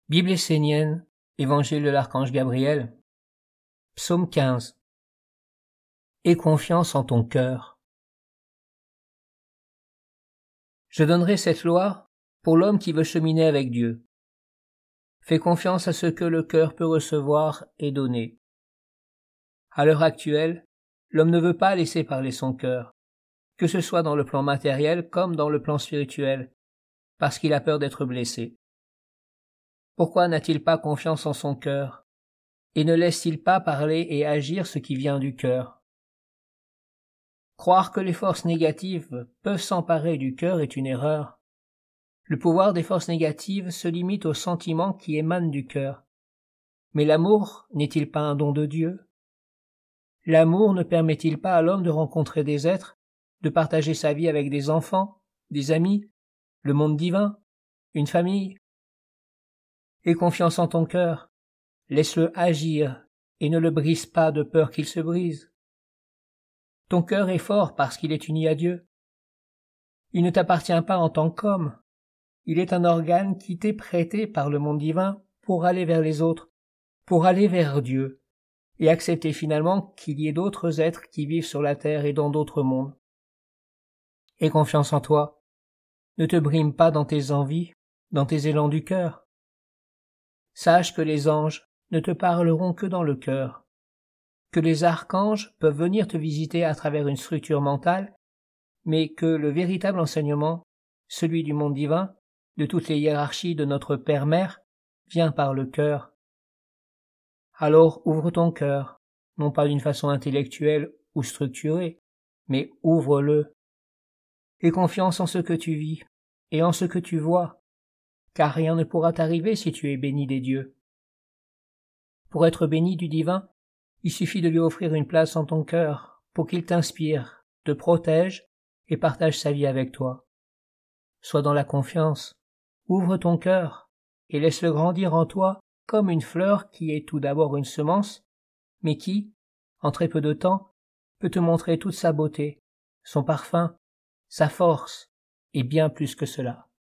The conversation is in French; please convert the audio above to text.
Bible essénienne, Évangile de l'archange Gabriel, Psaume 15. Aie confiance en ton cœur. Je donnerai cette loi pour l'homme qui veut cheminer avec Dieu. Fais confiance à ce que le cœur peut recevoir et donner. À l'heure actuelle, l'homme ne veut pas laisser parler son cœur, que ce soit dans le plan matériel comme dans le plan spirituel, parce qu'il a peur d'être blessé. Pourquoi n'a-t-il pas confiance en son cœur, et ne laisse-t-il pas parler et agir ce qui vient du cœur? Croire que les forces négatives peuvent s'emparer du cœur est une erreur. Le pouvoir des forces négatives se limite aux sentiments qui émanent du cœur. Mais l'amour n'est-il pas un don de Dieu? L'amour ne permet-il pas à l'homme de rencontrer des êtres, de partager sa vie avec des enfants, des amis, le monde divin, une famille? Aie confiance en ton cœur, laisse-le agir et ne le brise pas de peur qu'il se brise. Ton cœur est fort parce qu'il est uni à Dieu. Il ne t'appartient pas en tant qu'homme. Il est un organe qui t'est prêté par le monde divin pour aller vers les autres, pour aller vers Dieu, et accepter finalement qu'il y ait d'autres êtres qui vivent sur la terre et dans d'autres mondes. Aie confiance en toi. Ne te brime pas dans tes envies, dans tes élans du cœur. Sache que les anges ne te parleront que dans le cœur, que les archanges peuvent venir te visiter à travers une structure mentale, mais que le véritable enseignement, celui du monde divin, de toutes les hiérarchies de notre Père-Mère, vient par le cœur. Alors ouvre ton cœur, non pas d'une façon intellectuelle ou structurée, mais ouvre-le. Aie confiance en ce que tu vis et en ce que tu vois, car rien ne pourra t'arriver si tu es béni des dieux. Pour être béni du divin, il suffit de lui offrir une place en ton cœur pour qu'il t'inspire, te protège et partage sa vie avec toi. Sois dans la confiance, ouvre ton cœur et laisse-le grandir en toi comme une fleur qui est tout d'abord une semence, mais qui, en très peu de temps, peut te montrer toute sa beauté, son parfum, sa force et bien plus que cela.